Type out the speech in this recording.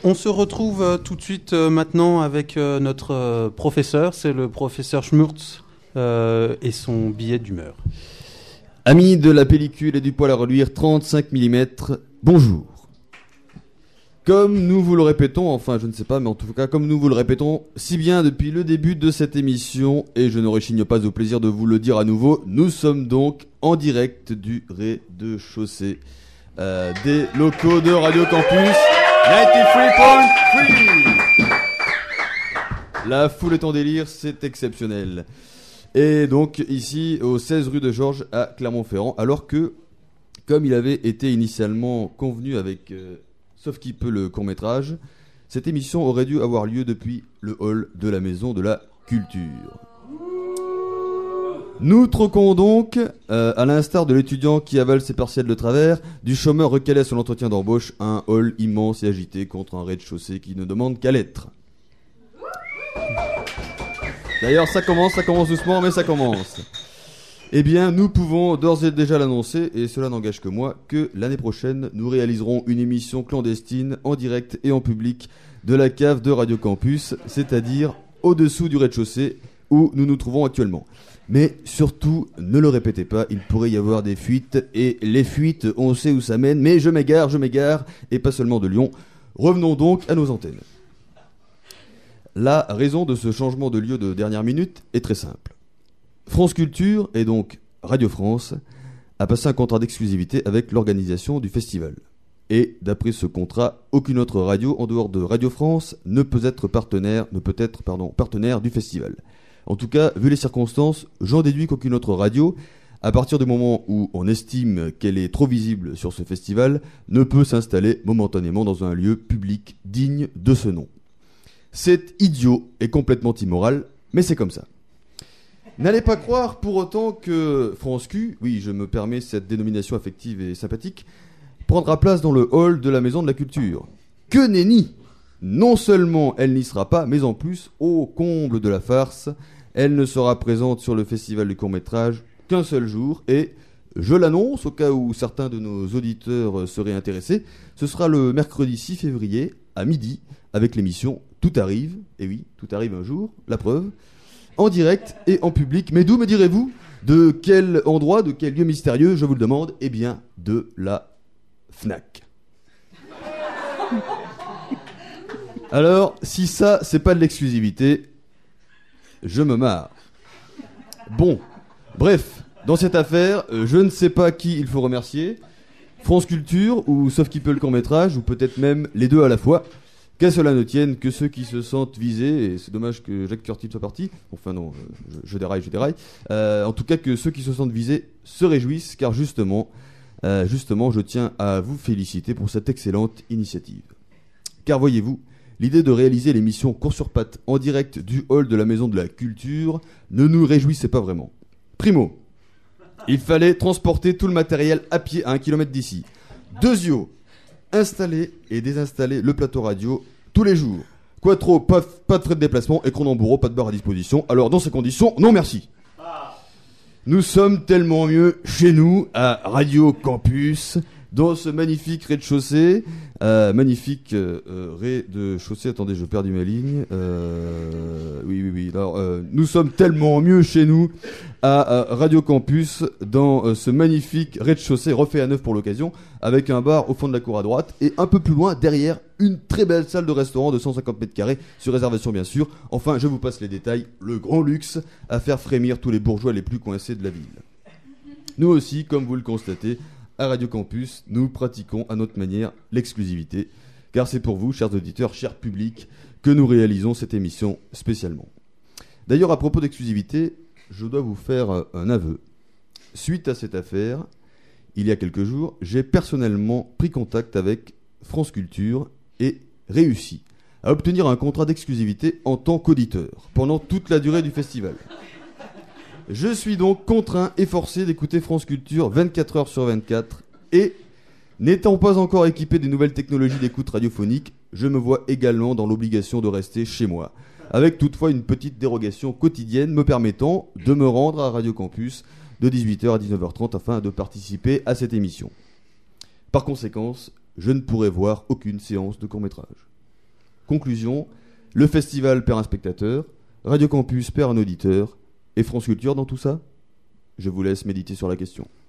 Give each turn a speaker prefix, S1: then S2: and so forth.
S1: On se retrouve tout de suite maintenant avec notre professeur, c'est le professeur Schmurtz et son billet d'humeur.
S2: Amis de la pellicule et du poil à reluire 35 mm, bonjour. Comme nous vous le répétons, enfin je ne sais pas, mais en tout cas comme nous vous le répétons si bien depuis le début de cette émission, et je ne rechigne pas au plaisir de vous le dire à nouveau, nous sommes donc en direct du rez-de-chaussée des locaux de Radio Campus 93.3. La foule est en délire, c'est exceptionnel. Et donc ici au 16 rue de Georges à Clermont-Ferrand, alors que, comme il avait été initialement convenu avec Sauf qui peut le court-métrage, cette émission aurait dû avoir lieu depuis le hall de la Maison de la Culture. Nous troquons donc, à l'instar de l'étudiant qui avale ses partiels de travers, du chômeur recalé à son entretien d'embauche, un hall immense et agité contre un rez-de-chaussée qui ne demande qu'à l'être. D'ailleurs, ça commence doucement, mais ça commence. Eh bien, nous pouvons d'ores et déjà l'annoncer, et cela n'engage que moi, que l'année prochaine, nous réaliserons une émission clandestine, en direct et en public, de la cave de Radio Campus, c'est-à-dire au-dessous du rez-de-chaussée où nous nous trouvons actuellement. Mais surtout, ne le répétez pas, il pourrait y avoir des fuites, et les fuites, on sait où ça mène, mais je m'égare, et pas seulement de Lyon. Revenons donc à nos antennes. La raison de ce changement de lieu de dernière minute est très simple. France Culture, et donc Radio France, a passé un contrat d'exclusivité avec l'organisation du festival. Et d'après ce contrat, aucune autre radio en dehors de Radio France ne peut être partenaire du festival. En tout cas, vu les circonstances, j'en déduis qu'aucune autre radio, à partir du moment où on estime qu'elle est trop visible sur ce festival, ne peut s'installer momentanément dans un lieu public digne de ce nom. C'est idiot et complètement immoral, mais c'est comme ça. N'allez pas croire pour autant que France Q, oui je me permets cette dénomination affective et sympathique, prendra place dans le hall de la Maison de la Culture. Que nenni! Non seulement elle n'y sera pas, mais en plus, au comble de la farce, elle ne sera présente sur le festival du court-métrage qu'un seul jour, et je l'annonce au cas où certains de nos auditeurs seraient intéressés, ce sera le mercredi 6 février à midi, avec l'émission Tout arrive, et oui, tout arrive un jour, la preuve, en direct et en public. Mais d'où me direz-vous? De quel endroit, de quel lieu mystérieux, je vous le demande? Eh bien, de la Fnac. Alors, si ça, c'est pas de l'exclusivité, je me marre. Bon, bref, dans cette affaire, je ne sais pas qui il faut remercier. France Culture, ou Sauf qui peut le court-métrage, ou peut-être même les deux à la fois. Qu'à cela ne tienne, que ceux qui se sentent visés, et c'est dommage que Jacques Curtil soit parti, enfin non, je déraille, en tout cas que ceux qui se sentent visés se réjouissent, car justement, je tiens à vous féliciter pour cette excellente initiative. Car voyez-vous, l'idée de réaliser l'émission Cours sur pattes en direct du hall de la Maison de la Culture ne nous réjouissait pas vraiment. Primo, il fallait transporter tout le matériel à pied à 1 kilomètre d'ici. Deuxio, installer et désinstaller le plateau radio tous les jours. Quattro, pas de frais de déplacement, et Cronenbourg, pas de bar à disposition. Alors dans ces conditions, non merci. Nous sommes tellement mieux chez nous, à Radio Campus, dans ce magnifique rez-de-chaussée. Rez-de-chaussée, attendez, je perds ma ligne. Oui. Alors, nous sommes tellement mieux chez nous, à Radio Campus, dans ce magnifique rez-de-chaussée refait à neuf pour l'occasion, avec un bar au fond de la cour à droite, et un peu plus loin, derrière, une très belle salle de restaurant de 150 mètres carrés, sur réservation bien sûr. Enfin, je vous passe les détails, le grand luxe à faire frémir tous les bourgeois les plus coincés de la ville. Nous aussi, comme vous le constatez, à Radio Campus, nous pratiquons à notre manière l'exclusivité, car c'est pour vous, chers auditeurs, chers publics, que nous réalisons cette émission spécialement. D'ailleurs, à propos d'exclusivité, je dois vous faire un aveu. Suite à cette affaire, il y a quelques jours, j'ai personnellement pris contact avec France Culture et réussi à obtenir un contrat d'exclusivité en tant qu'auditeur pendant toute la durée du festival. Je suis donc contraint et forcé d'écouter France Culture 24 heures sur 24 et, n'étant pas encore équipé des nouvelles technologies d'écoute radiophonique, je me vois également dans l'obligation de rester chez moi, avec toutefois une petite dérogation quotidienne me permettant de me rendre à Radio Campus de 18h à 19h30 afin de participer à cette émission. Par conséquent, je ne pourrai voir aucune séance de court-métrage. Conclusion, le festival perd un spectateur, Radio Campus perd un auditeur, et France Culture dans tout ça ? Je vous laisse méditer sur la question.